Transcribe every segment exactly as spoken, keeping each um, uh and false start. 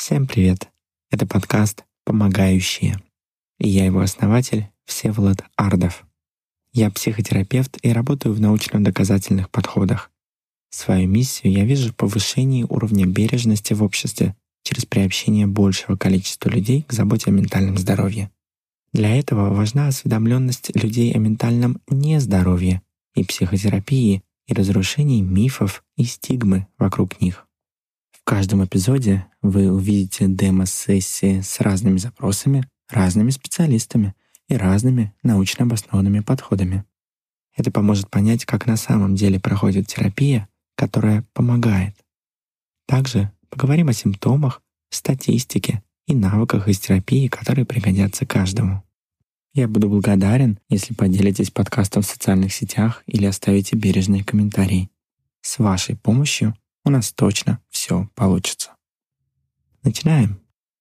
Всем привет! Это подкаст «Помогающие». И я его основатель Всеволод Ардов. Я психотерапевт и работаю в научно-доказательных подходах. Свою миссию я вижу в повышении уровня бережности в обществе через приобщение большего количества людей к заботе о ментальном здоровье. Для этого важна осведомленность людей о ментальном нездоровье и психотерапии, и разрушении мифов и стигмы вокруг них. В каждом эпизоде вы увидите демо-сессии с разными запросами, разными специалистами и разными научно обоснованными подходами. Это поможет понять, как на самом деле проходит терапия, которая помогает. Также поговорим о симптомах, статистике и навыках из терапии, которые пригодятся каждому. Я буду благодарен, если поделитесь подкастом в социальных сетях или оставите бережные комментарии. С вашей помощью у нас точно все получится. Начинаем!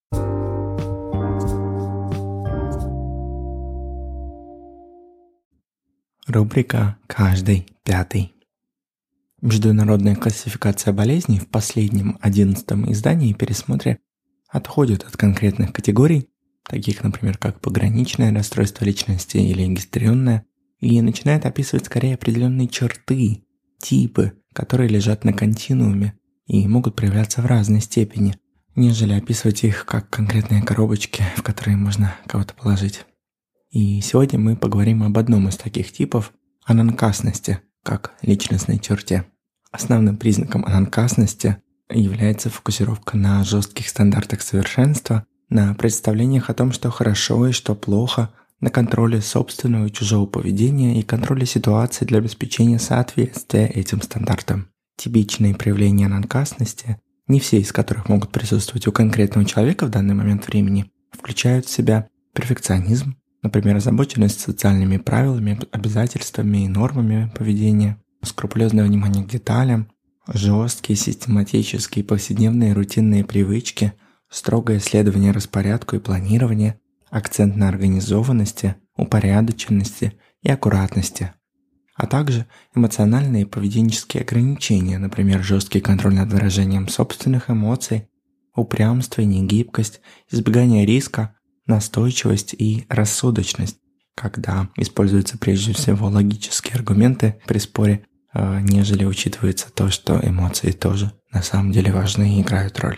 Рубрика «Каждый пятый». Международная классификация болезней в последнем одиннадцатом издании и пересмотре отходит от конкретных категорий, таких, например, как пограничное расстройство личности или гистерионное, и начинает описывать скорее определенные черты, типы, которые лежат на континууме и могут проявляться в разной степени, нежели описывать их как конкретные коробочки, в которые можно кого-то положить. И сегодня мы поговорим об одном из таких типов – ананкастности, как личностной черте. Основным признаком ананкастности является фокусировка на жестких стандартах совершенства, на представлениях о том, что хорошо и что плохо, на контроле собственного и чужого поведения и контроле ситуации для обеспечения соответствия этим стандартам. Типичные проявления ананкастности, не все из которых могут присутствовать у конкретного человека в данный момент времени, включают в себя перфекционизм, например, озабоченность социальными правилами, обязательствами и нормами поведения, скрупулезное внимание к деталям, жесткие, систематические, повседневные рутинные привычки, строгое следование распорядку и планирование, акцент на организованности, упорядоченности и аккуратности, а также эмоциональные и поведенческие ограничения, например, жесткий контроль над выражением собственных эмоций, упрямство и негибкость, избегание риска, настойчивость и рассудочность, когда используются прежде всего логические аргументы при споре, нежели учитывается то, что эмоции тоже на самом деле важны и играют роль.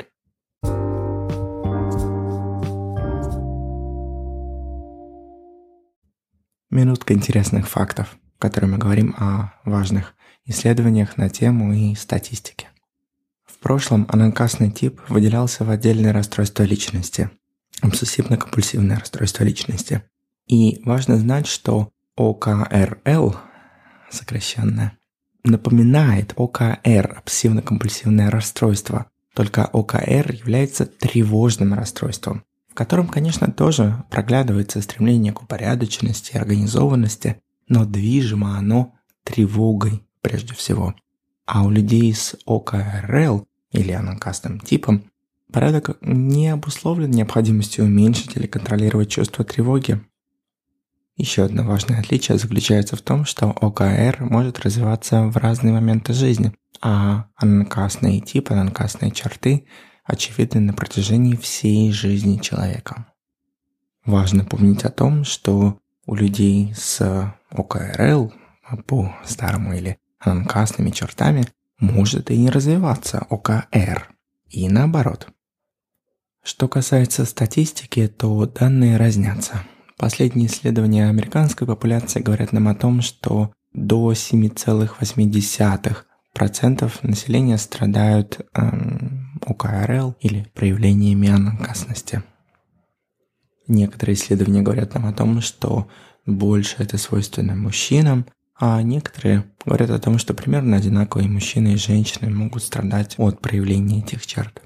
Минутка интересных фактов, в которой мы говорим о важных исследованиях на тему и статистике. В прошлом ананкастный тип выделялся в отдельное расстройство личности – обсессивно-компульсивное расстройство личности. И важно знать, что о ка эр эл, сокращенное, напоминает о ка эр – обсессивно-компульсивное расстройство, только о ка эр является тревожным расстройством, в котором, конечно, тоже проглядывается стремление к упорядоченности и организованности, но движимо оно тревогой прежде всего. А у людей с о ка эр эл или ананкастным типом порядок не обусловлен необходимостью уменьшить или контролировать чувство тревоги. Еще одно важное отличие заключается в том, что о ка эр может развиваться в разные моменты жизни, а ананкастный тип, ананкастные черты очевидны на протяжении всей жизни человека. Важно помнить о том, что у людей с о ка эр эл по-старому или ананкастными чертами может и не развиваться о ка эр, и наоборот. Что касается статистики, то данные разнятся. Последние исследования американской популяции говорят нам о том, что до семь целых восемь десятых процента населения страдают эм, о ка эр эл или проявлениями ананкастности. Некоторые исследования говорят нам о том, что больше это свойственно мужчинам, а некоторые говорят о том, что примерно одинаково и мужчины, и женщины могут страдать от проявления этих черт.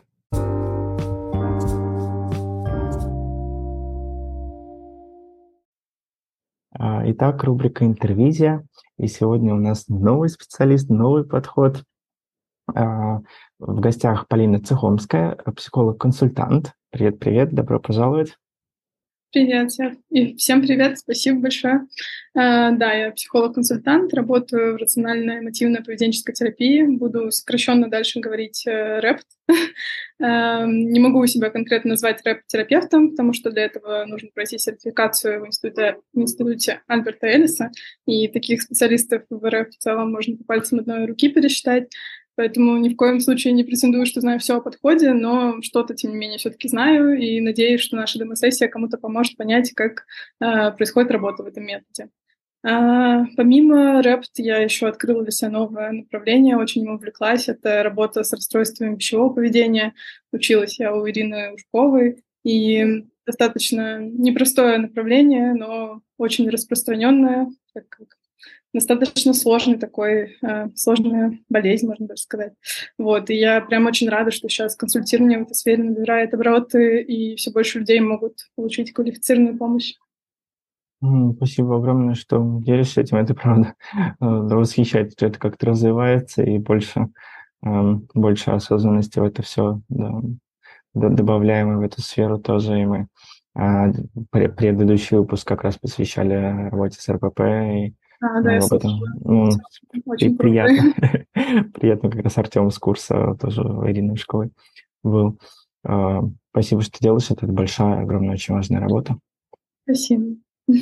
Итак, рубрика «Интервизия». И сегодня у нас новый специалист, новый подход. В гостях Полина Цехомская, психолог-консультант. Привет-привет, добро пожаловать. Привет, всех. И всем привет, спасибо большое. Э, да, я психолог-консультант, работаю в рационально-эмотивно-поведенческой терапии. Буду сокращенно дальше говорить э, рэпт. Эм, Не могу себя конкретно назвать рэп-терапевтом, потому что для этого нужно пройти сертификацию в институте, в институте Альберта Эллиса, и таких специалистов в рэп в целом можно по пальцам одной руки пересчитать. Поэтому ни в коем случае не претендую, что знаю все о подходе, но что-то, тем не менее, все-таки знаю, и надеюсь, что наша демо-сессия кому-то поможет понять, как э, происходит работа в этом методе. А, помимо рэпт я еще открыла для себя новое направление, очень им увлеклась. Это работа с расстройствами пищевого поведения. Училась я у Ирины Ушковой, и достаточно непростое направление, но очень распространенное, так как достаточно сложный такой, э, сложная болезнь, можно даже сказать. Вот, и я прям очень рада, что сейчас консультирование в этой сфере набирает обороты, и все больше людей могут получить квалифицированную помощь. М, Спасибо огромное, что делишься этим. Это правда э, да, восхищает, что это как-то развивается и больше, эм, больше осознанности в это все добавляем и в эту сферу тоже. И мы а, пре- предыдущий выпуск как раз посвящали работе с РПП и А, да, я моим слышала. опытом. Ну, при- Очень круто. приятно. Приятно, как раз Артем с курса тоже у Ирины Школы был. А, Спасибо, что делаешь. Это большая, огромная, очень важная работа. Спасибо.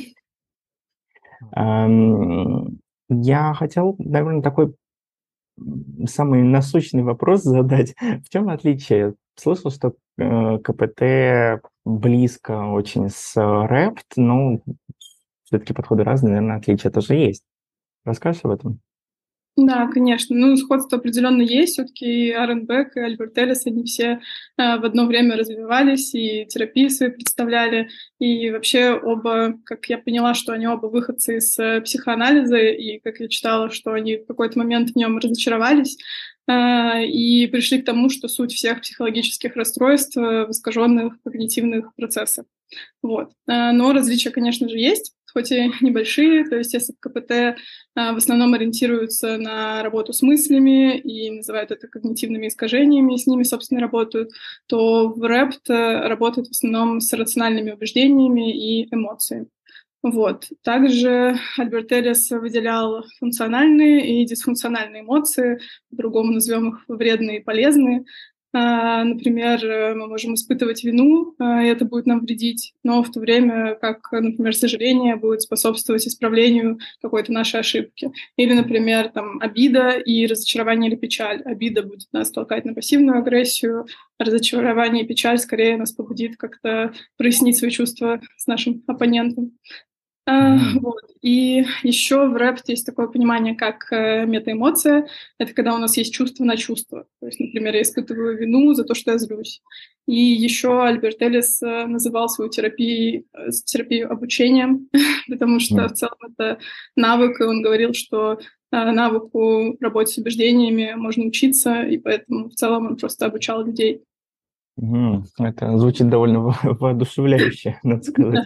Ам, Я хотел, наверное, такой м, самый насущный вопрос задать. В чем отличие? Слышал, что э, КПТ близко очень с рэпт, но все-таки подходы разные, наверное, отличия тоже есть. Расскажешь об этом? Да, конечно. Ну, сходство определенно есть. Все-таки Аарон Бек и Альберт Эллис, они все э, в одно время развивались и терапии свои представляли. И вообще оба, как я поняла, что они оба выходцы из э, психоанализа, и как я читала, что они в какой-то момент в нем разочаровались э, и пришли к тому, что суть всех психологических расстройств э, в искаженных когнитивных процессах. Вот. Э, Но различия, конечно же, есть, хоть и небольшие. То есть если в КПТ э, в основном ориентируются на работу с мыслями и называют это когнитивными искажениями, и с ними, собственно, работают, то в рэпт э, работают в основном с рациональными убеждениями и эмоциями. Вот. Также Альберт Эллис выделял функциональные и дисфункциональные эмоции, по-другому назовем их вредные и полезные. А, Например, э, мы можем испытывать вину, а, и это будет нам вредить, но в то время как, например, сожаление будет способствовать исправлению какой-то нашей ошибки. Или, например, там, обида и разочарование или печаль. Обида будет нас толкать на пассивную агрессию, а разочарование и печаль скорее нас побудит как-то прояснить свои чувства с нашим оппонентом. А, Мгм. вот. И еще в рэпт есть такое понимание, как э, метаэмоция. Это когда у нас есть чувство на чувство. То есть, например, я испытываю вину за то, что я злюсь. И еще Альберт Эллис э, называл свою терапию, э, терапию обучением, потому что в Мгм. целом это навык, и он говорил, что э, навыку работы с убеждениями можно учиться, и поэтому в целом он просто обучал людей. Мгм. Это звучит довольно во- воодушевляюще, надо сказать.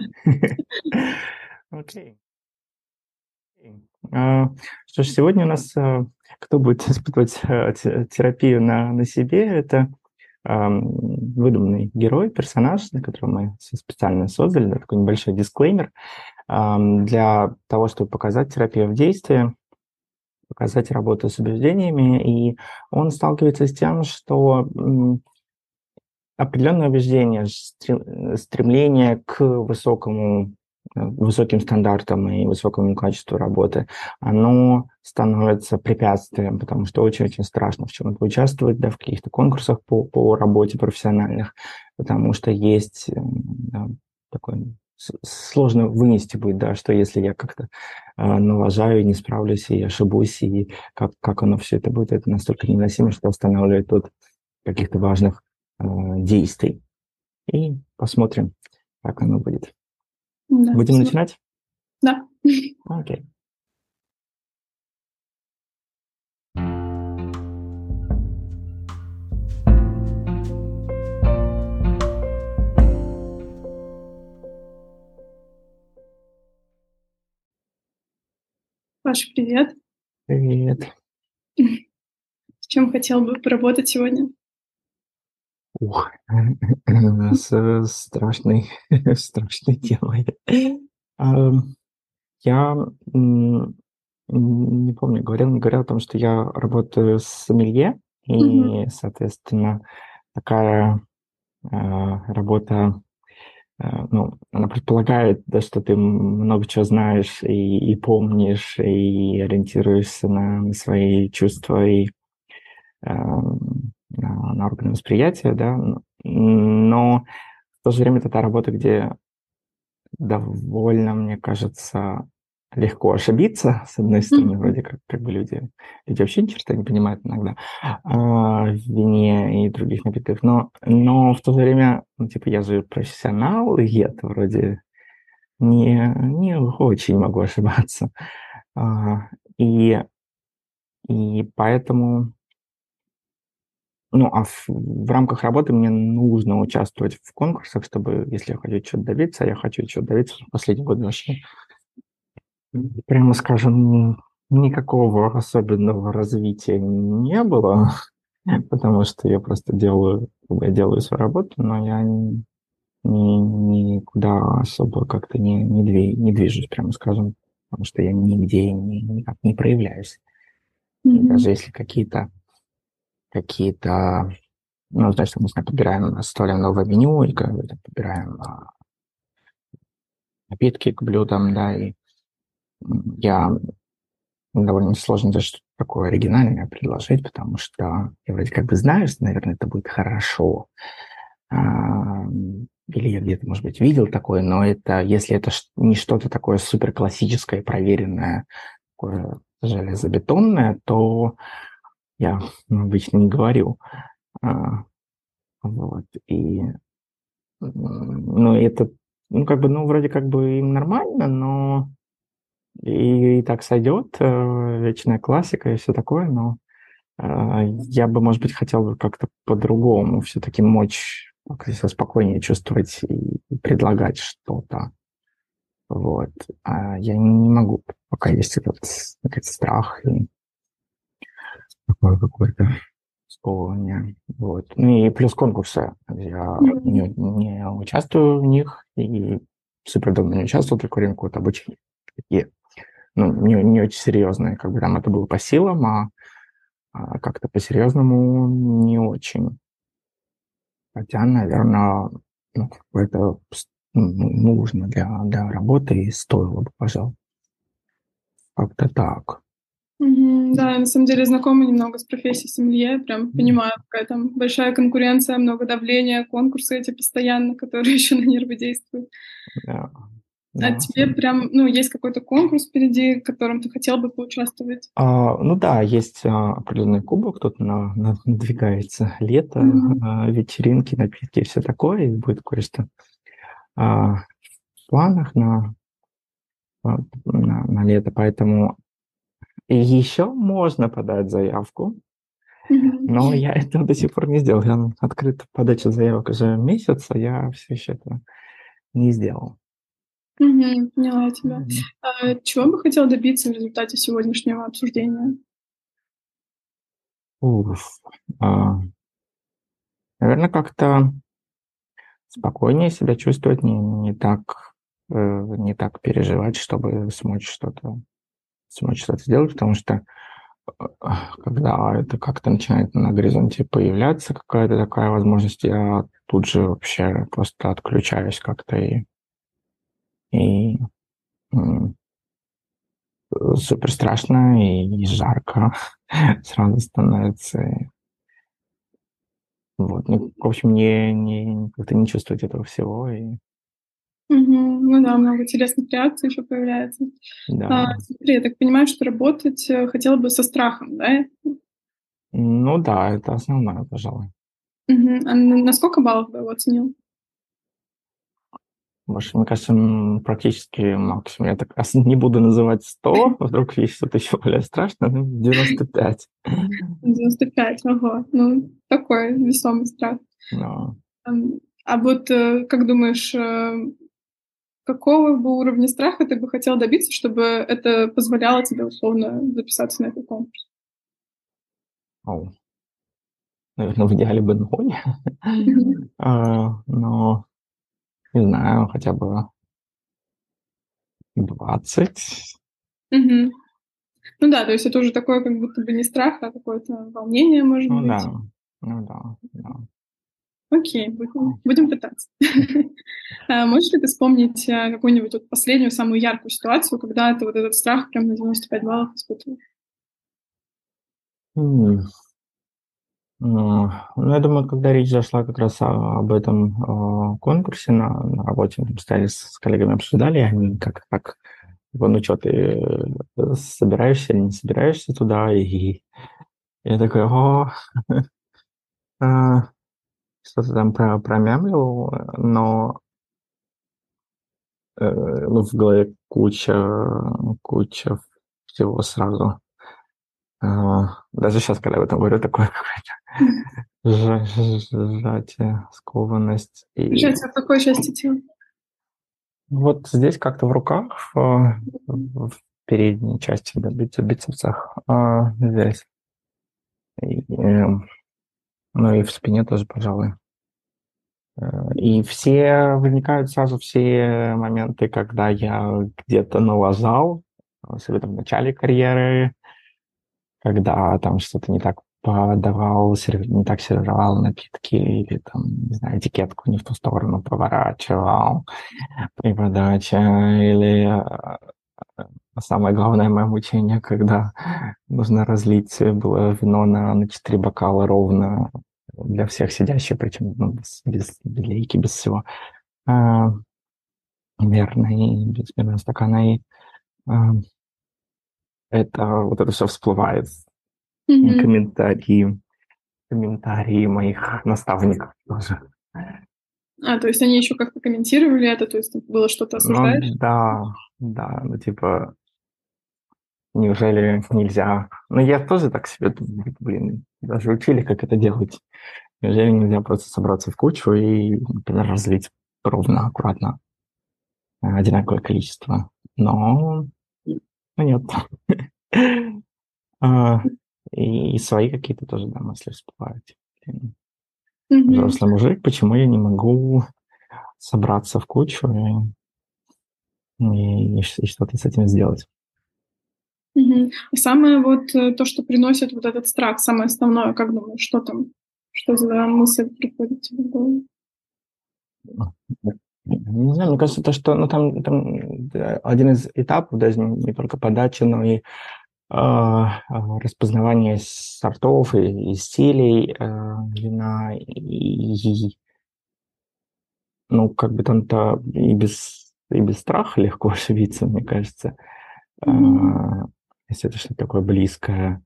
Окей. А, Что ж, сегодня у нас а, кто будет испытывать а, те- терапию на, на себе, это ам, выдуманный герой, персонаж, на которого мы с- специально создали, да, такой небольшой дисклеймер, ам, для того, чтобы показать терапию в действии, показать работу с убеждениями. И он сталкивается с тем, что м, определенное убеждение, стре- стремление к высокому, э, высоким стандартам и высокому качеству работы, оно становится препятствием, потому что очень-очень страшно в чем-то участвовать, да, в каких-то конкурсах по, по работе профессиональных, потому что есть э, да, такой с- сложно вынести будет, да, что если я как-то э, налажаю, не справлюсь и ошибусь, и как, как оно все это будет, это настолько невыносимо, что останавливает от каких-то важных э, действий. И посмотрим, как оно будет. Да, Будем спасибо. начинать? Да. Окей. Паша, привет. Привет. С чем хотел бы поработать сегодня? Ух, с э, страшной страшной темой. Ам, я, м, не помню, говорил, не говорил о том, что я работаю с сомелье, Мгм. и, соответственно, такая, а, работа, а, ну, она предполагает, да, что ты много чего знаешь и и помнишь, и ориентируешься на на свои чувства и, ам, на на органы восприятия, да. Н но в то же время это та работа, где довольно, мне кажется, легко ошибиться. С одной стороны, Мгм. вроде как как бы люди люди вообще ни черта не понимают иногда, а, в вине и других напитках. Но но в то же время, ну, типа, я же профессионал, и я-то вроде не не очень могу ошибаться. А, и и поэтому, ну, а в в рамках работы мне нужно участвовать в конкурсах, чтобы, если я хочу чё-то добиться, а я хочу чего-то добиться, в последние годы вообще, м, прямо скажем, никакого особенного развития не было, потому что я просто делаю, как бы я делаю свою работу, но я н ни никуда особо как-то не не две не движусь, прямо скажем, потому что я нигде ни никак не проявляюсь. И Мгм. даже если какие-то какие-то, ну, значит, мы, не знаю, подбираем, составляем новое меню или как-то подбираем, а, напитки к блюдам, да, и, м, я довольно сложно даже что-то такое оригинальное предложить, потому что я вроде как бы знаю, что, наверное, это будет хорошо. Ам, или я где-то, может быть, видел такое, но это если это ш не что-то такое супер классическое, проверенное, такое железобетонное, то я обычно не говорю. А, вот, и, м, ну, это, ну, как бы, ну, вроде как бы им нормально, но и и так сойдет, э, вечная классика и всё такое, но А, я бы, может быть, хотел бы как-то по-другому все-таки мочь как-то себя спокойнее чувствовать и предлагать что-то. Вот. А я не могу, пока есть этот, этот страх и такое какое-то сковывание. Вот. Ну и плюс конкурсы. Я Мгм. не, не участвую в них и супер давно не участвовал, только время какого-то обучения. Такие, ну, не, не очень серьезные, как бы там это было по силам, а, а как-то по-серьезному не очень. Хотя, наверно, ну, это пс ну, нужно для для работы и стоило бы, пожалуй. Как-то так. Мгм. Да, я на самом деле знакома немного с профессией сомелье, прям М, понимаю, какая там большая конкуренция, много давления, конкурсы эти постоянно, которые еще на нервы действуют. да, А да. тебе прям, ну, есть какой-то конкурс впереди, в котором ты хотел бы поучаствовать? А, ну да, есть, а, определенный кубок, тут на на надвигается лето, Мгм. а, вечеринки, напитки и всё такое, и будет кое-что, а, в планах на, а, на на лето, поэтому еще можно подать заявку. Мгм. Но я этого до сих пор не сделал. Я открыт подача заявок уже месяц, а я все еще этого не сделал. Мгм. Поняла тебя. Мгм. А чего бы хотел добиться в результате сегодняшнего обсуждения? Уф. А, наверно, как-то спокойнее себя чувствовать, не не так, э, не так переживать, чтобы смочь что-то смочь что-то сделать, потому что, э, когда это как-то начинает на горизонте появляться, какая-то такая возможность, я тут же вообще просто отключаюсь как-то и и, м Э, супер страшно и и жарко сразу становится. И вот, ну, в общем, не не как-то не чувствовать этого всего. И Мгм. Ну да, много интересных реакций еще появляется. А, да, смотри, я так понимаю, что работать, э, хотела бы со страхом, да? ну да, это основное, пожалуй. Мгм. А на на сколько баллов бы его оценил? Может, мне кажется, м, практически максимум. Я так ас не буду называть сто, вдруг есть что-то еще более страшное, ну, девяносто пять. девяносто пять, ого, ну, такой весомый страх. Но, Ам, а вот, э, как думаешь, э, какого бы уровня страха ты бы хотел добиться, чтобы это позволяло тебе условно записаться на этот конкурс? ау. наверное, в идеале бы ноль. Мгм. А, но, не знаю, хотя бы двадцать. Мгм. Ну да, то есть это уже такое как будто бы не страх, а какое-то волнение, может Ну да, быть. ну да, да. Окей, будем будем пытаться. А можешь ли ты вспомнить, а, какую-нибудь вот последнюю самую яркую ситуацию, когда ты вот этот страх прям на девяносто пять баллов испытывал? М, ну, ну, я думаю, когда речь зашла как раз о об этом, а, конкурсе на на работе, мы там стояли с с коллегами, обсуждали, они как так, типа: "Ну чё, ты, э, собираешься или не собираешься туда?" И я такой: "О, а, что-то там про промямлил", э, но, э, ну, в голове куча куча всего сразу. А, даже щас, когда об этом говорю, такое какое-то жа ж сжатие, скованность. И Получается, в какой части тела? вот здесь как-то в руках, а, в в передней части, да, бицеп бицепсах, а, здесь. И, эм, ну и в спине тоже, пожалуй. Э, и все возникают сразу все моменты, когда я где-то налажал, особенно в начале карьеры, когда там что-то не так подавал, серв не так сервировал напитки или там, не знаю, этикетку не в ту сторону поворачивал при подаче, или, а, а самое главное мое мучение, когда нужно разлить было вино на на четыре бокала ровно для всех сидящих, причем, ну, без без без лейки, без всего. А, мерно и без мерного стакана. И, а, это вот это всё всплывает. И Мгм. комментарии комментарии моих наставников тоже. А, то есть они еще как-то комментировали это, то есть там было что-то Ну осуждаешь? да, да, ну типа, неужели нельзя? Ну, я тоже так себе думаю, блин, даже учили, как это делать. Неужели нельзя просто собраться в кучу и, например, разлить ровно, аккуратно, э, одинаковое количество? Но, ну нет. А, и свои какие-то тоже, да, мысли всплывают. Блин, Мгм. взрослый мужик, почему я не могу собраться в кучу и и ш и что-то с этим сделать? Мгм. А самое вот, э, то, что приносит вот этот страх, самое основное, как думаешь, что там? Что за мысль приходит тебе в голову? Не знаю, мне кажется, то, что, ну, там там, да, один из этапов, даже не только подача, но и, а, а, распознавание сортов и и стилей, э, вина. И, ну, как бы там-то и без и без страха легко ошибиться, мне кажется. Мгм. А, если это что-то такое близкое.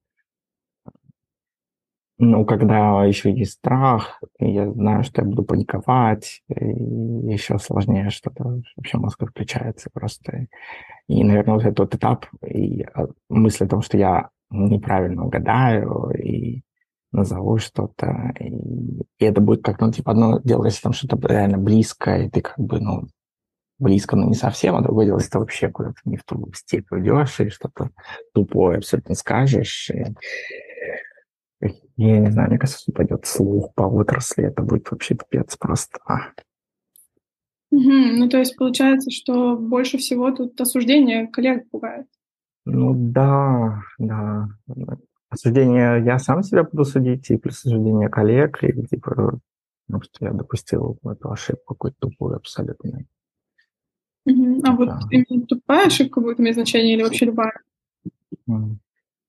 Ну, когда еще есть страх, и я знаю, что я буду паниковать, и еще сложнее что-то, вообще мозг отключается просто. И, наверное, вот этот вот этап и, а, мысль о том, что я неправильно угадаю и назову что-то, и и это будет как, ну, типа, одно дело, если там что-то реально близкое, и ты как бы, ну, близко, но не совсем, а другое дело, если ты вообще куда-то не в ту степь уйдешь и что-то тупое абсолютно скажешь. И я не знаю, мне кажется, упадет слух по отрасли, это будет вообще пипец просто. А. Мгм. Ну, то есть получается, что больше всего тут осуждение коллег пугает. Ну да, да. Осуждение я сам себя буду судить, и плюс осуждение коллег, и типа, ну, что я допустил эту ошибку какую-то тупую абсолютно. Мгм. А вот Это, именно тупая ошибка будет иметь значение или вообще любая? м,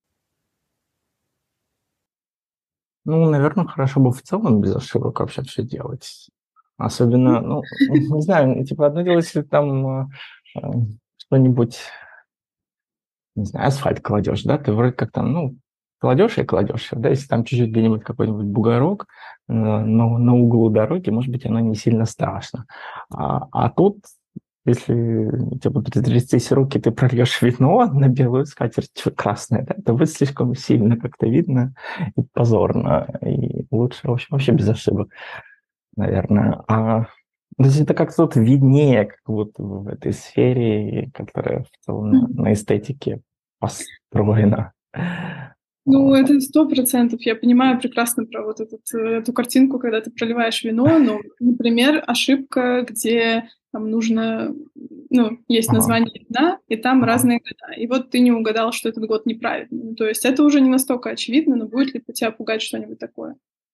ну, наверное, хорошо бы в целом без ошибок вообще все делать. Особенно, ну, не знаю, типа одно дело, если там, э, э, что-нибудь, не знаю, асфальт кладешь, да, ты вроде как там, ну, кладешь и кладешь, да, если там чуть-чуть где-нибудь какой-нибудь бугорок э, на, на углу дороги, может быть, оно не сильно страшно. А, а тут, если у тебя будут трястись руки, ты прольешь вино на белую скатерть красное, да, это будет слишком сильно как-то видно и позорно. И лучше, в общем, вообще без ошибок, наверное. А то есть это как-то тут виднее, как будто бы в этой сфере, которая в целом на, Мгм. на эстетике построена. Ну, это сто процентов. Я понимаю прекрасно про вот этот, э, эту картинку, когда ты проливаешь вино. Но, например, ошибка, где там нужно, ну, есть Ага, название вина, и там ага. разные года. И вот ты не угадал, что этот год неправильный. Ну, то есть это уже не настолько очевидно, но будет ли тебя пугать что-нибудь такое?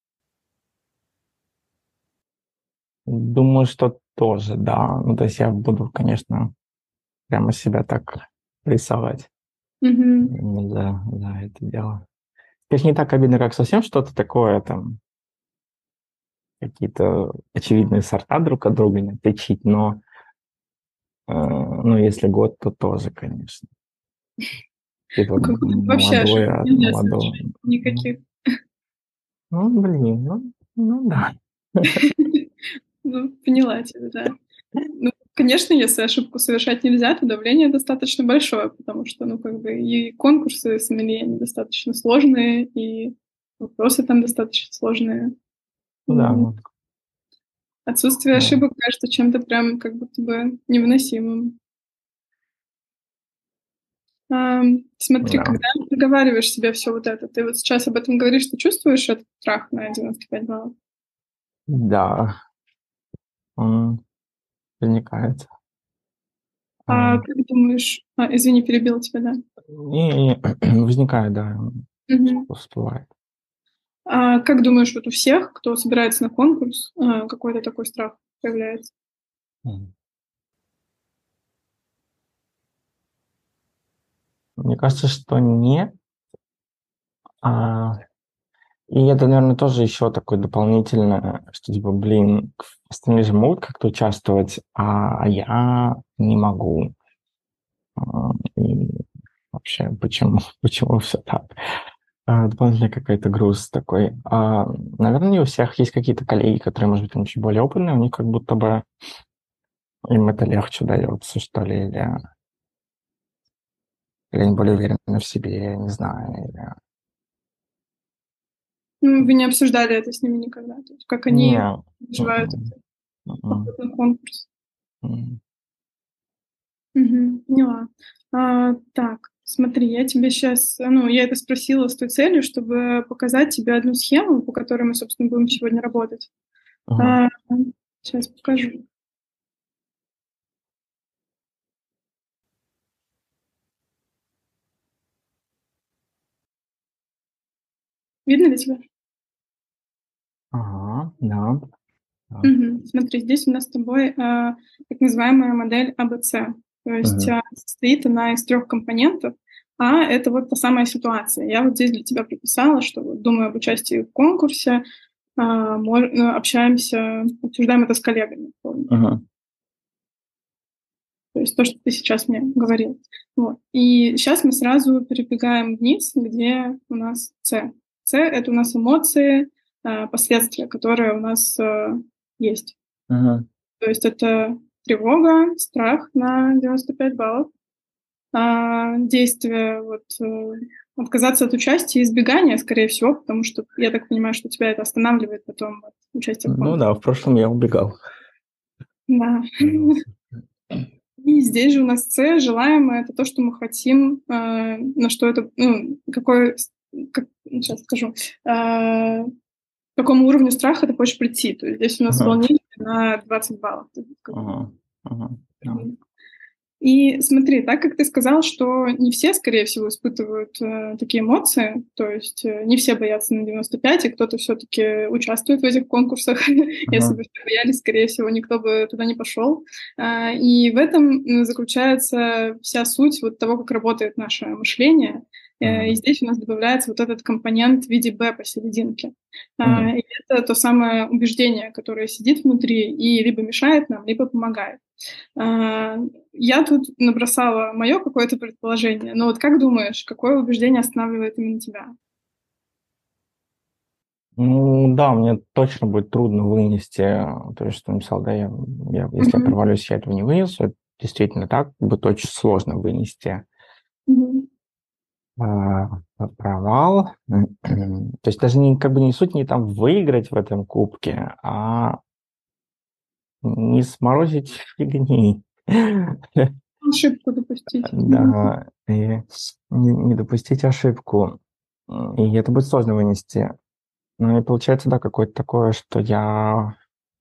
Думаю, что тоже, да. Ну, то есть я буду, конечно, прямо себя так рисовать Мгм. м, за, за это дело. Конечно, не так обидно, как совсем что-то такое, там, какие-то очевидные сорта друг от друга не отличить, но, э, ну, если год, то тоже, конечно. Типа Ну, как будто бы вообще молодое ошибок от нельзя молодого. совершать Ну, никаких. ну, блин, ну, ну да. Ну, поняла тебя, да. Ну, конечно, если ошибку совершать нельзя, то давление достаточно большое, потому что, ну, как бы и конкурсы сомелье, они достаточно сложные, и вопросы там достаточно сложные. Ну да, М, вот, Отсутствие да, ошибок кажется чем-то прям как будто бы невыносимым. Ам, смотри, да, когда проговариваешь себе все вот это, ты вот сейчас об этом говоришь, ты чувствуешь этот страх на девяносто пять баллов? да, он возникает. А А, как думаешь а, извини, перебила тебя, да. и возникает, да, Мгм. всплывает. А как думаешь, вот у всех, кто собирается на конкурс, а, какой-то такой страх появляется? М. Мне кажется, что нет. А, и это, наверное, тоже еще такое дополнительное, что типа, блин, остальные же могут как-то участвовать, а я не могу. А, и вообще, почему, почему все так? А, дополнительный какой-то груз такой. А, наверное, не у всех есть какие-то коллеги, которые, может быть, там чуть более опытные, у них как будто бы им это легче дается, что ли, или, или они более уверены в себе, я не знаю. Или... Ну, вы не обсуждали это с ними никогда? То есть как они Не, переживают м, этот м, поход на конкурс? м. Мгм, поняла. А, так, смотри, я тебе сейчас, ну, я это спросила с той целью, чтобы показать тебе одну схему, по которой мы, собственно, будем сегодня работать. Ага. А, Сейчас покажу. Видно ли тебе? Ага, да, да. Мгм. Смотри, здесь у нас с тобой, а, так называемая модель А Б С. То есть, Мгм, а, состоит она из трех компонентов. А — это вот та самая ситуация. Я вот здесь для тебя прописала, что вот думаю об участии в конкурсе, а, мож ну, общаемся, обсуждаем это с коллегами. Вот. мгм, То есть то, что ты сейчас мне говорил. Вот. И сейчас мы сразу перебегаем вниз, где у нас С. С — это у нас эмоции, а, последствия, которые у нас, а, есть. мгм, То есть это тревога, страх на девяносто пять баллов, а, действие вот, э, отказаться от участия и избегания, скорее всего, потому что я так понимаю, что тебя это останавливает потом от участия в Ну конкурсе. да, в прошлом я убегал. Да. Боялся. И здесь же у нас С, желаемое — это то, что мы хотим, а, на что это, ну, какой, с как сейчас скажу, а, к какому уровню страха ты хочешь прийти. То есть здесь у нас Ага, волнение на двадцать баллов. То есть как бы. ага, ага, да. Мгм. И смотри, так как ты сказал, что не все, скорее всего, испытывают, э, такие эмоции, то есть, э, не все боятся на девяносто пять, и кто-то все таки участвует в этих конкурсах. Если Ага, бы все боялись, скорее всего, никто бы туда не пошел. А, и в этом, м, заключается вся суть вот того, как работает наше мышление. Э, и мгм, здесь у нас добавляется вот этот компонент в виде Б посерединке. А, мгм, и это то самое убеждение, которое сидит внутри и либо мешает нам, либо помогает. А, я тут набросала мое какое-то предположение, но вот как думаешь, какое убеждение останавливает именно тебя? Ну да, мне точно будет трудно вынести э, то, что ты написал, да, я, я- если я Мгм. провалюсь, я этого не вынесу, это действительно так, будет очень сложно вынести Мгм. а, провал. То есть даже не, как бы не суть не там выиграть в этом кубке, а не сморозить фигни. Ошибку допустить. Мгм. Да, и не, не допустить ошибку. И это будет сложно вынести. Ну и получается, да, какое-то такое, что я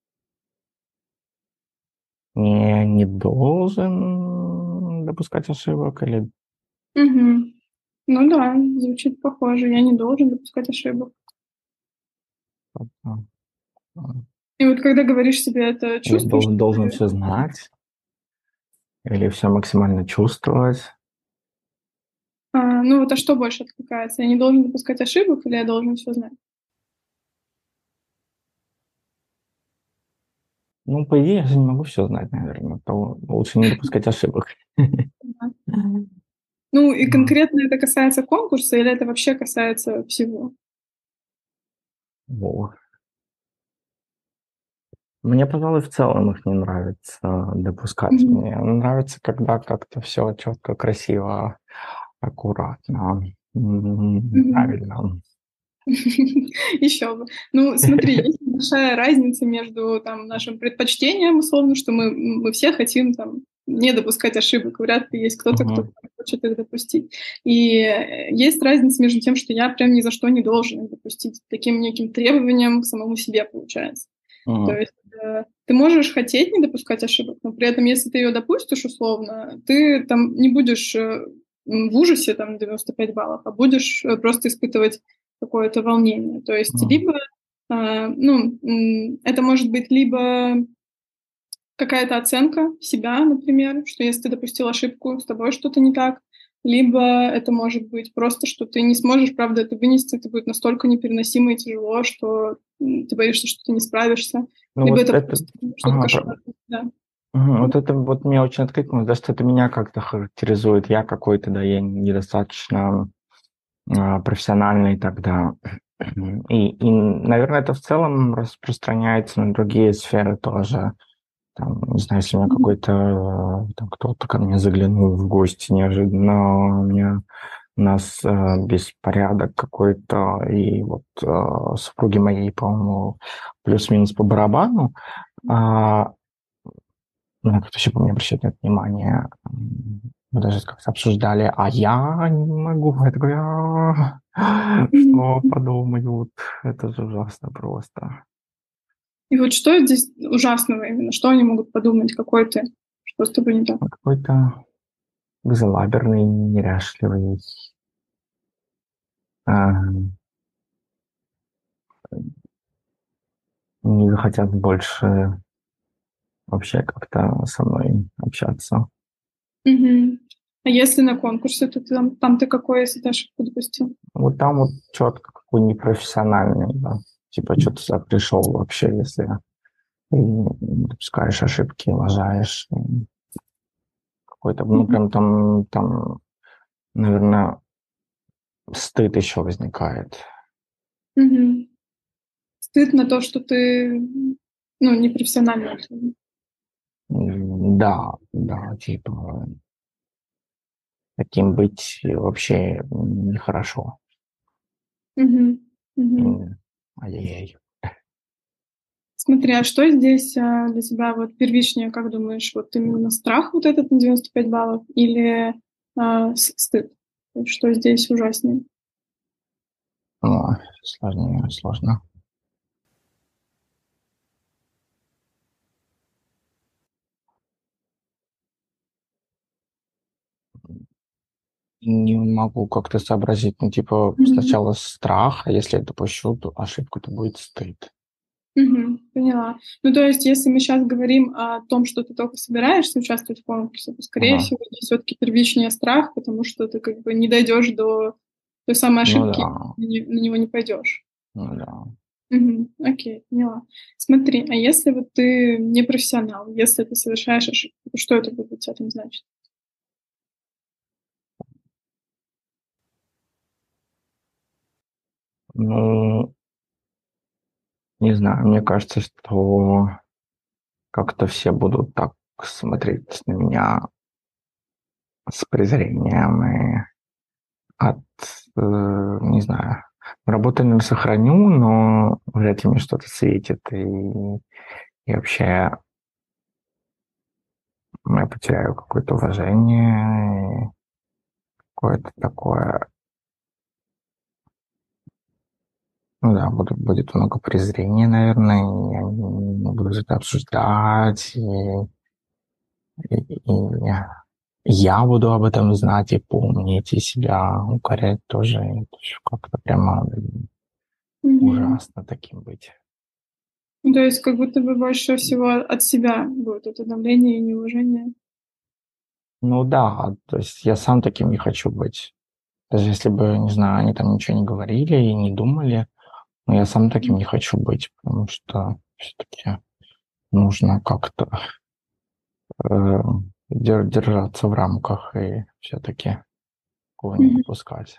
не, не должен допускать ошибок или... Мгм. Ну да, звучит похоже. Я не должен допускать ошибок. а, а, И вот когда говоришь себе это, Я чувствуешь должен, должен ты? все знать или все максимально чувствовать. А, ну вот, а что больше откликается? Я не должен допускать ошибок или я должен все знать? Ну, по идее, я же не могу все знать, наверное. То лучше не допускать ошибок. Ага. Ну и А, конкретно это касается конкурса или это вообще касается всего? во. Мне, пожалуй, в целом их не нравится допускать. Мгм. Мне нравится, когда как-то все четко, красиво, аккуратно, м, Мгм. правильно. Еще бы. Ну, смотри, есть большая разница между там нашим предпочтением, условно, что мы мы все хотим там не допускать ошибок. Вряд ли есть кто-то, кто Мгм. хочет их допустить. И, э, есть разница между тем, что я прям ни за что не должен их допустить. Таким неким требованием к самому себе получается. То Мгм. есть, э, ты можешь хотеть не допускать ошибок, но при этом, если ты ее допустишь условно, ты там не будешь, э, м, в ужасе там девяносто пять баллов, а будешь, э, просто испытывать какое-то волнение. То есть Мгм. либо, а, ну, м, это может быть либо какая-то оценка себя, например, что если ты допустил ошибку, с тобой что-то не так, либо это может быть просто, что ты не сможешь, правда, это вынести, это будет настолько непереносимо и тяжело, что м, ты боишься, что ты не справишься, Ну либо вот это это, просто что-то ага, про- кошмарное, да. мгм, Мгм. вот это вот мне очень откликнулось, да, что это меня как-то характеризует. Я какой-то, да, я недостаточно а, профессиональный тогда. И, и, наверное, это в целом распространяется на другие сферы тоже. Там, не знаю, если у меня Мгм. какой-то, э, там, кто-то ко мне заглянул в гости неожиданно, у меня у нас э, беспорядок какой-то, и вот э, супруге моей, по-моему, плюс-минус по барабану, а, ну, кто еще по мне обращает на это внимание. М, Мы даже как-то обсуждали, а я не могу. Я такой, «А, что Мгм. подумают? Это же ужасно просто. И вот что здесь ужасного именно? Что они могут подумать? Какой ты? Что с тобой не так? Он какой-то безалаберный, неряшливый. а, Не захотят больше вообще как-то со мной общаться. Мгм. А если на конкурсе, то ты там там ты какой, если ты ошибку допустил? Вот там вот четко какой непрофессиональный, да. Типа, что ты сюда пришел вообще, если ты не допускаешь ошибки, лажаешь. Какой-то, ну, Мгм. прям там, там, наверное, стыд еще возникает. Мгм. Стыд на то, что ты, ну, непрофессионально. М, Да, да, типа, таким быть вообще нехорошо. Мгм. Мгм. М, Ай-яй-яй. Смотри, а что здесь, а, для тебя вот первичнее, как думаешь, вот именно страх вот этот на девяносто пять баллов или, а, с стыд? То есть что здесь ужаснее? О, сложнее, сложно. Не могу как-то сообразить. Ну, типа, Мгм. сначала страх, а если я допущу ту ошибку, то будет стыд. Мгм. Поняла. Ну, то есть, если мы сейчас говорим о том, что ты только собираешься участвовать в конкурсе, то, скорее Ага. всего, здесь всё-таки первичнее страх, потому что ты как бы не дойдешь до той самой Ну ошибки, да, на не на него не пойдешь. ну да. Мгм. Окей, поняла. Смотри, а если вот ты не профессионал, если ты совершаешь ошибку, то что это будет для тебя там значить? Ну, не знаю, мне кажется, что как-то все будут так смотреть на меня с презрением и от, э, не знаю, работу, наверно, сохраню, но вряд ли мне что-то светит, и, и вообще я потеряю какое-то уважение, и какое-то такое Ну да, буду, будет много презрения, наверное, и они будут это обсуждать, и, и, и я буду об этом знать и помнить, и себя укорять тоже. Это ещё как-то прямо Мгм. ужасно таким быть. Ну, то есть как будто бы больше всего от себя будет это давление и неуважение. Ну да, то есть я сам таким не хочу быть. Даже если бы, не знаю, они там ничего не говорили и не думали, но я сам таким не хочу быть, потому что всё-таки нужно как-то, э, дер держаться в рамках и всё-таки такого не Мгм. допускать.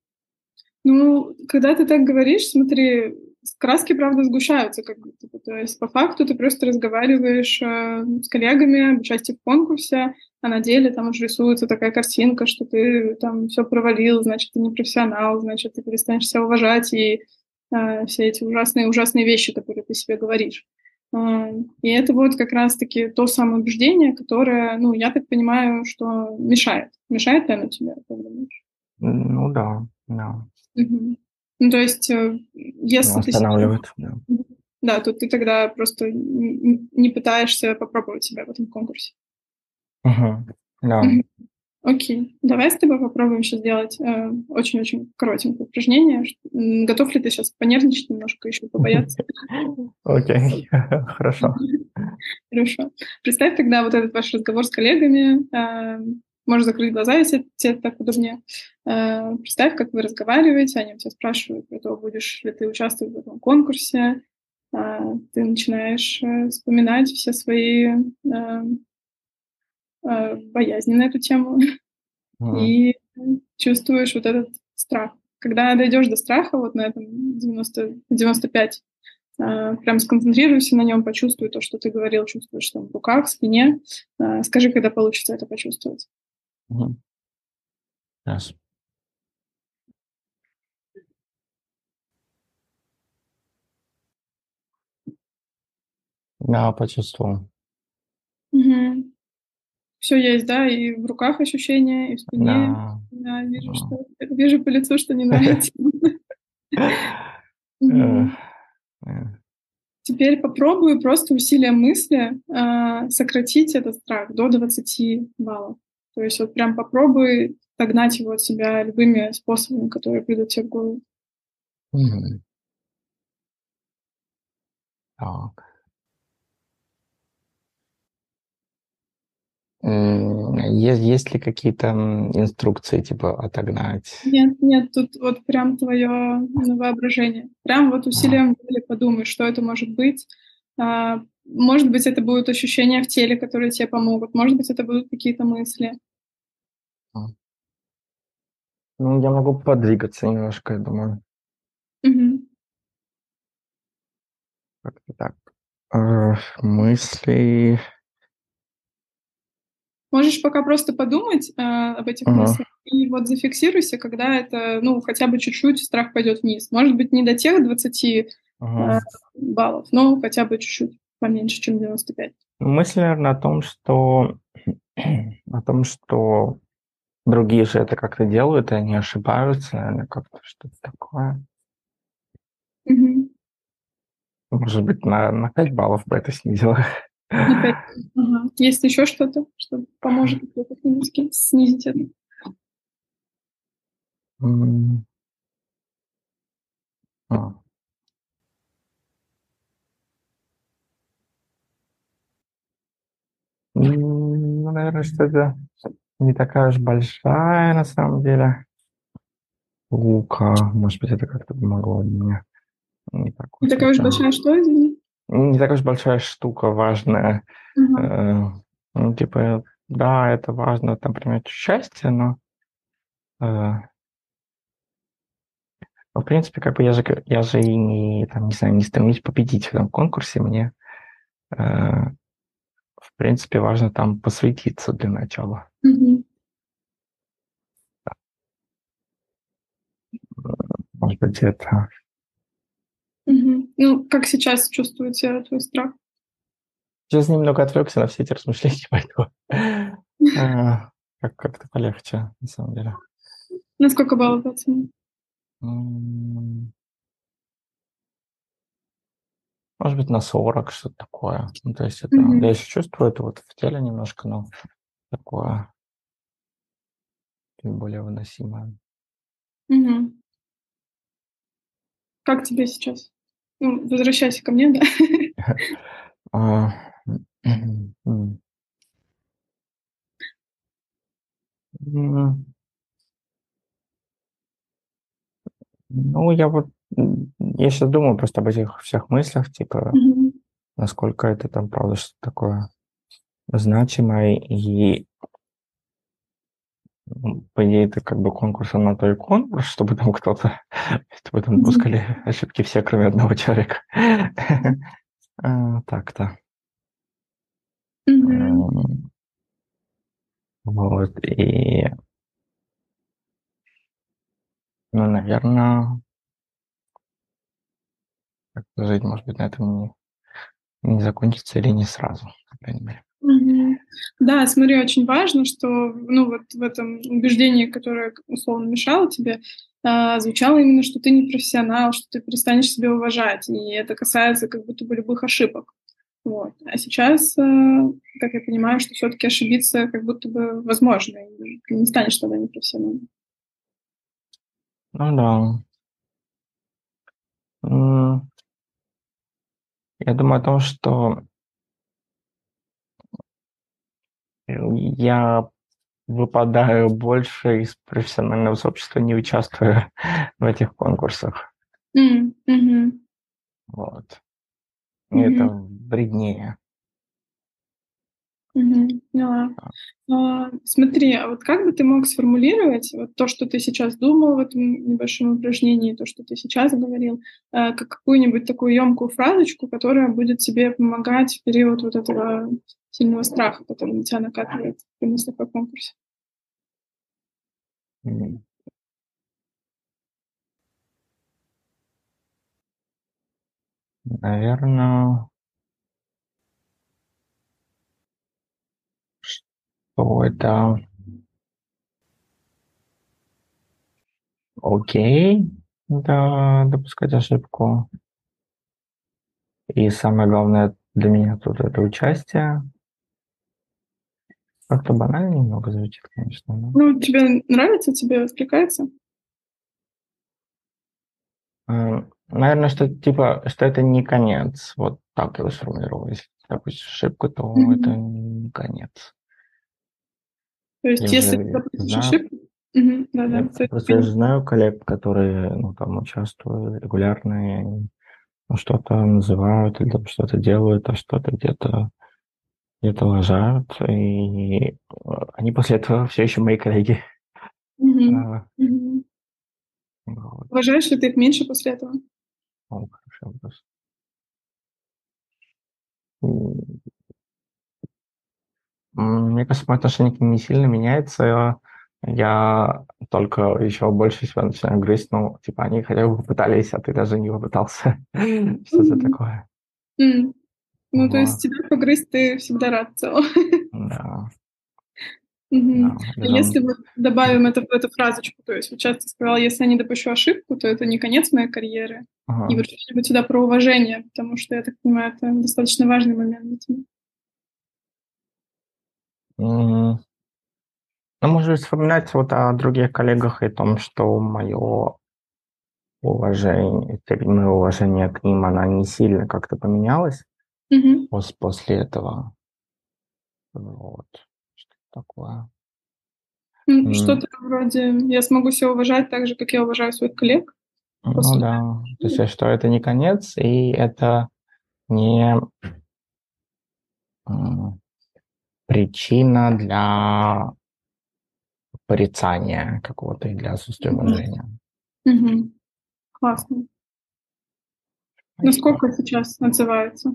Ну, когда ты так говоришь, смотри, с краски, правда, сгущаются как будто бы. То есть по факту ты просто разговариваешь, э, с коллегами об участии в конкурсе, а на деле там уже рисуется такая картинка, что ты там всё провалил, значит, ты не профессионал, значит, ты перестанешь себя уважать и, э, все эти ужасные ужасные вещи, которые ты себе говоришь. А, и это вот как раз таки то самое убеждение, которое, ну, я так понимаю, что мешает. Мешает ли оно тебе, как думаешь? Ну да, да. Мгм. Ну, то есть, э, Ну, если ты себя останавливает, да. Мгм. Да, то ты тогда просто н н не пытаешься попробовать себя в этом конкурсе. Мгм. Да. Мгм. Окей. Давай с тобой попробуем щас сделать, э, очень-очень коротенькое упражнение. Ш м, готов ли ты щас понервничать немножко, еще побояться? Окей, хорошо. Хорошо. Представь тогда вот этот ваш разговор с коллегами. Эм, можешь закрыть глаза, если те так удобнее. Э, представь, как вы разговариваете, они у тя спрашивают про то, будешь ли ты участвовать в этом конкурсе. А, ты начинаешь, э, вспоминать все свои, эм э, боязни на эту тему Мгм. и чувствуешь вот этот страх. Когда дойдёшь до страха, вот на этом девяносто девяносто пять, э, прям сконцентрируйся на нём, почувствуй то, что ты говорил, чувствуешь там в руках, в спине. Э, скажи, когда получится это почувствовать. Мгм. Ясно. Да, почувствовал. Мгм. Всё есть, да? И в руках ощущения, и в спине. Да. Да, вижу, Да. что вижу по лицу, что не нравится. Эх, Мгм. э. Теперь попробуй просто усилием мысли, э, сократить этот страх до двадцати баллов. То есть вот прям попробуй отогнать его от себя любыми способами, которые придут те в голову. Мгм. Так. М, е есть ли какие-то, м, инструкции, типа отогнать? Нет, нет, тут вот прям твоё, ну, воображение. Прям вот Ага. усилием воли подумай, что это может быть. А, может быть, это будут ощущения в теле, которые те помогут, может быть, это будут какие-то мысли. А. Ну, я могу подвигаться немножко, я думаю. Мгм. Как-то так. Э, мысли. Можешь пока просто подумать, э, об этих Ага. мыслях и вот зафиксируйся, когда это, ну, хотя бы чуть-чуть страх пойдёт вниз. Может быть, не до тех двадцати, э, Ага. баллов, но хотя бы чуть-чуть поменьше, чем девяносто пять. Мысль, наверно, о том, что о том, что другие же это как-то делают, и они ошибаются, наверно, как-то что-то такое. Мгм. Может быть, на на пять баллов бы это снизило. На пять. Ага. Есть ещё что-то, что поможет где-то снизки снизить это? М. А. М, ну, наверно, что-то не такая уж большая на самом деле штука. Может быть, это как-то помогло мне. Не так Не уж такая уж это большая что, извини? не такая уж большая штука важная. Ага. Э, ну, типа, да, это важно там принять участие, но э ну, в принципе, как бы я же к я же и не там, не знаю, не стремлюсь победить в этом конкурсе. Мне, э, в принципе, важно там посветиться для начала. Мгм. Да. Э, может быть, это Мгм. Ну, как сейчас чувствует ся твой страх? Сейчас немного отвлёкся на все эти размышления, поэтому, э, как как-то полегче, на самом деле. На сколько баллов оценил? М. Может быть, на сорок, что-то такое. Ну, то есть это... Мгм. Я еще чувствую это вот в теле немножко, но такое чуть более выносимое. Мгм. Как тебе сейчас? Ну, возвращайся ко мне, да. А, м, м, м, Ну, я вот... м, Я сейчас думаю просто об этих всех мыслях, типа, Мгм. насколько это там, правда, что такое значимое. И, м, по идее, это как бы конкурс, а на то и конкурс, чтобы там кто-то... Чтобы там Мгм. допускали ошибки все, кроме одного человека. А, Так-то. Мгм. М, Вот, и, ну, наверное, жизнь, может быть, на этом не, не закончится или не сразу, по крайней мере. Мгм. Да, смотри, очень важно, что, ну, вот в этом убеждении, которое, к условно, мешало тебе, а, звучало именно, что ты не профессионал, что ты перестанешь себя уважать, и это касается как будто бы любых ошибок. Вот. А сейчас, э, как я понимаю, что все таки ошибиться как будто бы возможно, и ты не станешь тогда непрофессионалом. Ну да. М, Я думаю о том, что э, я выпадаю больше из профессионального сообщества, не участвуя в этих конкурсах. М, мгм, Вот. И это мгм, вреднее. мгм, поняла. Да. А, смотри, а вот как бы ты мог сформулировать вот то, что ты сейчас думал в этом небольшом упражнении, то, что ты сейчас говорил, э, как какую-нибудь такую емкую фразочку, которая будет тебе помогать в период вот этого сильного страха, который на тебя накатывает при мыслях о конкурсе? М, Наверное, что это окей, да, допускать ошибку. И самое главное для меня тут это участие. Как-то банально немного звучит, конечно, но, Ну, тебе нравится, тебе откликается? э, наверно, что типа, что это не конец. Вот так я бы сформулировал. Если допустишь ошибку, то это Мгм. не конец. То есть Я если ты же допустишь знаю, ошибку. Мгм. я Да-да, то есть просто я ты. же знаю коллег, которые, ну, там участвуют регулярно, и они, ну, что-то называют или там что-то делают, а что-то где-то где-то лажают, и, э, они после этого все еще мои коллеги. Мгм. А, Мгм. вот. Уважаешь ли ты их меньше после этого? О, хороший вопрос. М, м, Мне кажется, мое отношение к ним не сильно меняется. Я только еще больше себя начинаю грызть. Ну, типа, они хотя бы попытались, а ты даже не попытался. Что-то Мгм. такое. М. Ну, то есть Вот. тебя погрызть ты всегда рад в целом. Да, да. Мгм. А Даже если он... вот добавим это в эту фразочку, то есть вот сейчас ты сказала: "Если я не допущу ошибку, то это не конец моей карьеры". И Ага. вот что-нибудь сюда про уважение, потому что, я так понимаю, это достаточно важный момент для тебя. М, Ну, может быть, вспоминать вот о других коллегах и том, что мое уважение, степень моего уважения к ним, она не сильно как-то поменялась Мгм. пос- после этого. Вот. Что такое. М, М, что-то вроде: "Я смогу себя уважать так же, как я уважаю своих коллег Ну после". да. То есть, что это не конец, и это не м, причина для порицания какого-то и для отсутствия Мгм. уважения. Мгм. Классно. Спасибо. Насколько сейчас отзывается?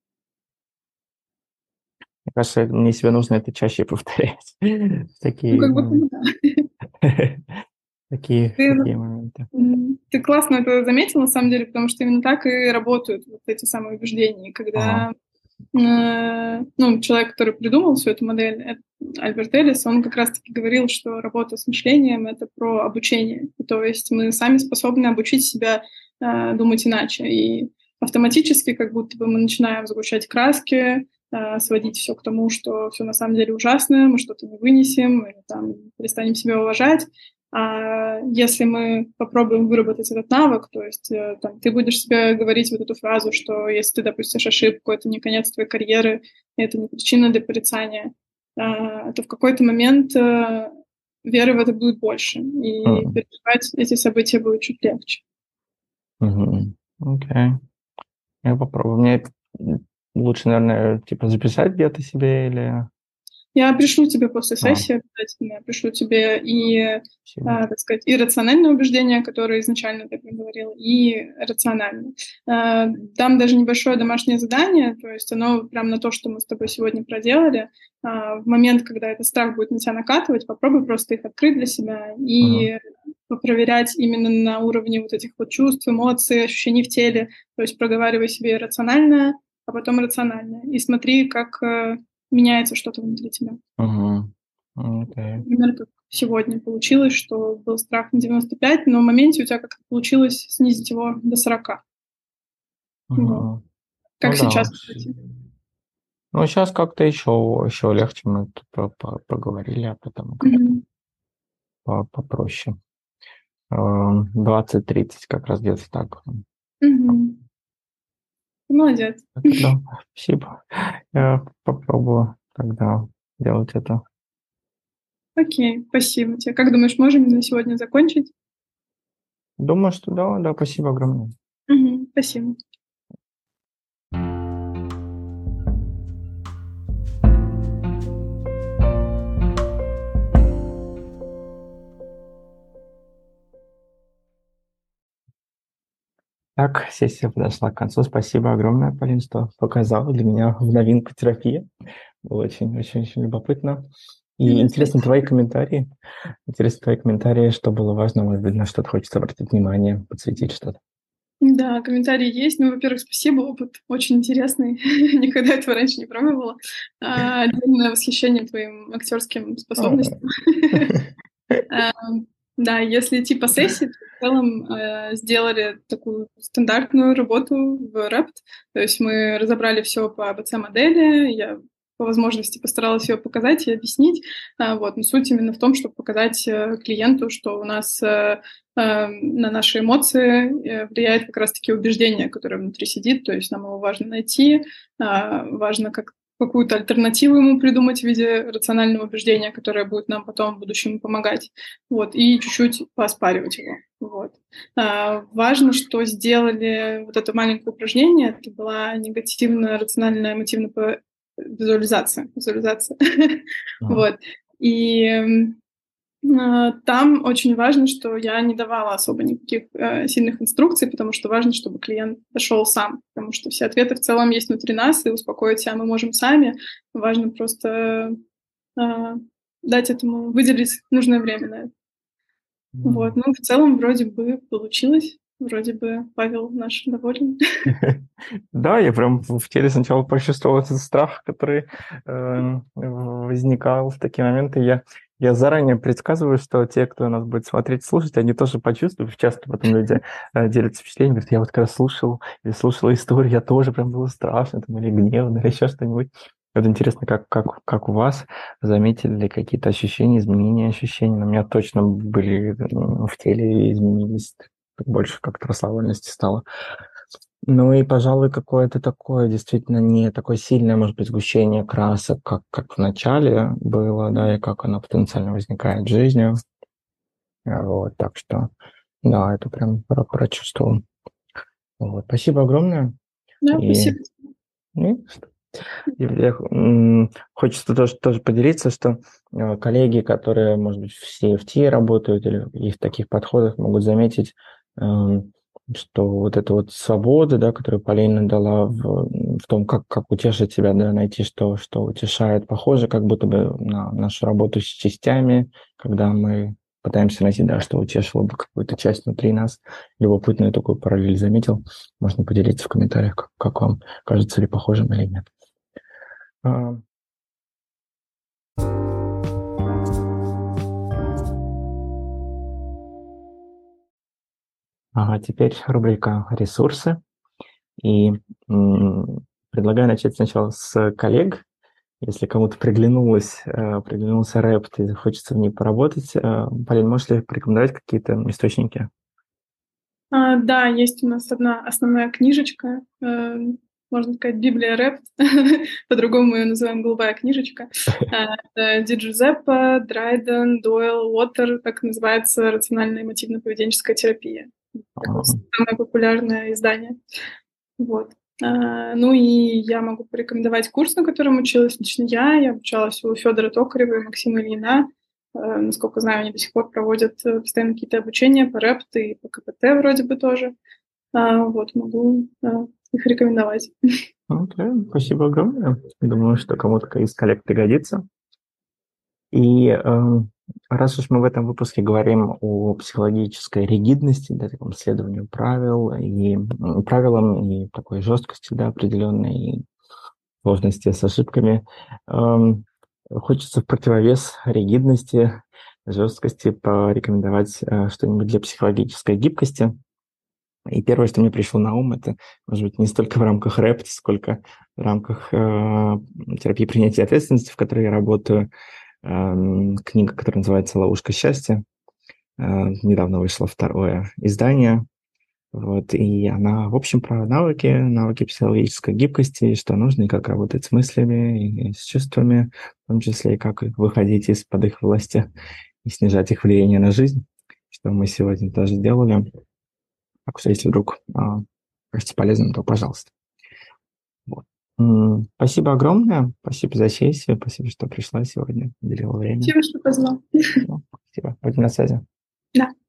Мне кажется, мне себе нужно это чаще повторять. Ну, Такие как будто моменты. бы да. Такие, Ты, такие моменты. м, ты классно это заметил, на самом деле, потому что именно так и работают вот эти самые убеждения. Ага. Когда, э, ну, человек, который придумал всю эту модель, э, Альберт Эллис, он как раз-таки говорил, что работа с мышлением — это про обучение. И то есть мы сами способны обучить себя, э, думать иначе. И автоматически как будто бы мы начинаем сгущать краски, э, сводить все к тому, что все на самом деле ужасно, мы что-то не вынесем, или там перестанем себя уважать. А если мы попробуем выработать этот навык, то есть э, там, ты будешь себе говорить вот эту фразу, что если ты допустишь ошибку, это не конец твоей карьеры, это не причина для порицания, э, то в какой-то момент э, веры в это будет больше, и Мгм. переживать эти события будет чуть легче. Мгм. Окей. Я попробую. Мне м, лучше, наверное, типа записать где-то себе или... Я пришлю тебе после А, сессии обязательно, я пришлю тебе и, э, спасибо. так сказать, и рациональные убеждения, которые изначально ты говорил, и рациональные. Э, Там даже небольшое домашнее задание, то есть оно прям на то, что мы с тобой сегодня проделали. А, В момент, когда этот страх будет на тебя накатывать, попробуй просто их открыть для себя Мгм. и проверять именно на уровне вот этих вот чувств, эмоций, ощущений в теле. То есть проговаривай себе рациональное, а потом рациональное. И смотри, как э, меняется что-то внутри тебя. Мгм. Окей. Например, как сегодня получилось, что был страх на девяносто пять, но в моменте у тебя как-то получилось снизить его до сорока. Вот. Мгм. Как Ну да. сейчас, кстати. Ну, сейчас как-то еще, еще легче мы тут по- по- поговорили, а потом как-то Мгм. по- попроще. Эм, двадцать тридцать как раз где-то так. Мгм. Молодец. Ну, тогда спасибо. Я попробую тогда делать это. Окей, спасибо тебе. Как думаешь, можем на сегодня закончить? Думаю, что да, да, спасибо огромное. Мгм. Спасибо. Так, сессия подошла к концу. Спасибо огромное, Полин, что показала для меня в новинку терапии. Было очень, очень, очень любопытно. И Мгм. интересны Спасибо. твои комментарии. Интересны твои комментарии, что было важно, может быть, на что-то хочется обратить внимание, подсветить что-то. Да, комментарии есть. Ну, во-первых, спасибо, опыт очень интересный. Никогда этого раньше не пробовала. А, Отдельное восхищение твоим актерским А, способностям. Эм, Да, если идти по сессии, то в целом э, сделали такую стандартную работу в Rapt. То есть мы разобрали все по эй би си-модели, я по возможности постаралась ее показать и объяснить. А, Вот. Но суть именно в том, чтобы показать э, клиенту, что у нас э, э, на наши эмоции э, влияет как раз-таки убеждение, которое внутри сидит. То есть нам его важно найти, а, важно как какую-то альтернативу ему придумать в виде рационального убеждения, которое будет нам потом в будущем помогать. Вот, и чуть-чуть поспаривать его. Вот. А, важно, что сделали вот это маленькое упражнение, это была негативно-рациональная эмотивно-визуализация. Визуализация. а, Вот. И м, а, там очень важно, что я не давала особо никаких э, сильных инструкций, потому что важно, чтобы клиент дошел сам, потому что все ответы в целом есть внутри нас, и успокоить себя мы можем сами. Важно просто э, дать этому, выделить нужное время на это. Вот, м. ну, в целом вроде бы получилось, вроде бы Павел наш доволен. Да, я прям в в теле сначала почувствовал этот страх, который эм, возникал в такие моменты. Я, я заранее предсказываю, что те, кто нас будет смотреть, слушать, они тоже почувствуют. Часто потом люди э, делятся впечатлением, говорят, я вот когда слушал или слушала историю, я тоже прям было страшно, там, или гневно, или еще что-нибудь. Вот интересно, как, как, как у вас, заметили ли какие-то ощущения, изменения ощущений? У меня точно были м, в теле изменились, больше как-то расслабленности стало. Ну и, пожалуй, какое-то такое действительно не такое сильное, может быть, сгущение красок, как, как в начале было, да, и как оно потенциально возникает жизнью. А, Вот, так что, да, это прям про- прочувствовал. Вот, спасибо огромное. Да, И, спасибо. ну, и я, м, хочется тоже, тоже поделиться, что э, коллеги, которые, может быть, в си эф ти работают или и в таких подходах, могут заметить, эм, что вот эта вот свобода, да, которую Полина дала в, в том, как, как утешить себя, да, найти, что, что утешает, похоже, как будто бы на нашу работу с частями, когда мы пытаемся найти, да, что утешило бы какую-то часть внутри нас. Любопытную такую параллель заметил. Можно поделиться в комментариях, как, как вам кажется ли похожим или нет. А, Ага, теперь рубрика «Ресурсы». И м, предлагаю начать сначала с коллег. Если кому-то приглянулось, э, приглянулся рэп, и хочется в ней поработать, э, Полин, можешь ли порекомендовать какие-то источники? А, да, есть у нас одна основная книжечка, э, можно сказать, Библия рэп, по-другому мы ее называем «Голубая книжечка». А, это Ди Джузеппе, Драйден, Дойл, Уоттер, так называется рациональная эмотивно-поведенческая терапия. Такое самое популярное издание. Вот. А, ну и я могу порекомендовать курс, на котором училась лично я. Я обучалась у Федора Токарева и Максима Ильина. Э, насколько знаю, они до сих пор проводят э, постоянно какие-то обучения по рэп и по КПТ вроде бы тоже. А, вот, могу э, их рекомендовать. Окей, спасибо огромное. Думаю, что кому-то из коллег пригодится. И э, раз уж мы в этом выпуске говорим о психологической ригидности, да, таком следованию правил и м, правилам и такой жесткости, да, определенной и сложности с ошибками, эм, хочется в противовес ригидности, жесткости порекомендовать э, что-нибудь для психологической гибкости. И первое, что мне пришло на ум, это, может быть, не столько в рамках рэп, сколько в рамках э, терапии принятия ответственности, в которой я работаю. Эм, книга, которая называется «Ловушка счастья». Э, недавно вышло второе издание. Вот, и она, в общем, про навыки, навыки психологической гибкости, что нужно, и как работать с мыслями, и с чувствами, в том числе, и как выходить из-под их власти и снижать их влияние на жизнь, что мы сегодня тоже делали. Так что, если вдруг а, кажется полезным, то пожалуйста. Вот. М, Спасибо огромное, спасибо за сессию, спасибо, что пришла сегодня, уделила время. Спасибо, что позвал. Ну, спасибо, будем на связи. Да.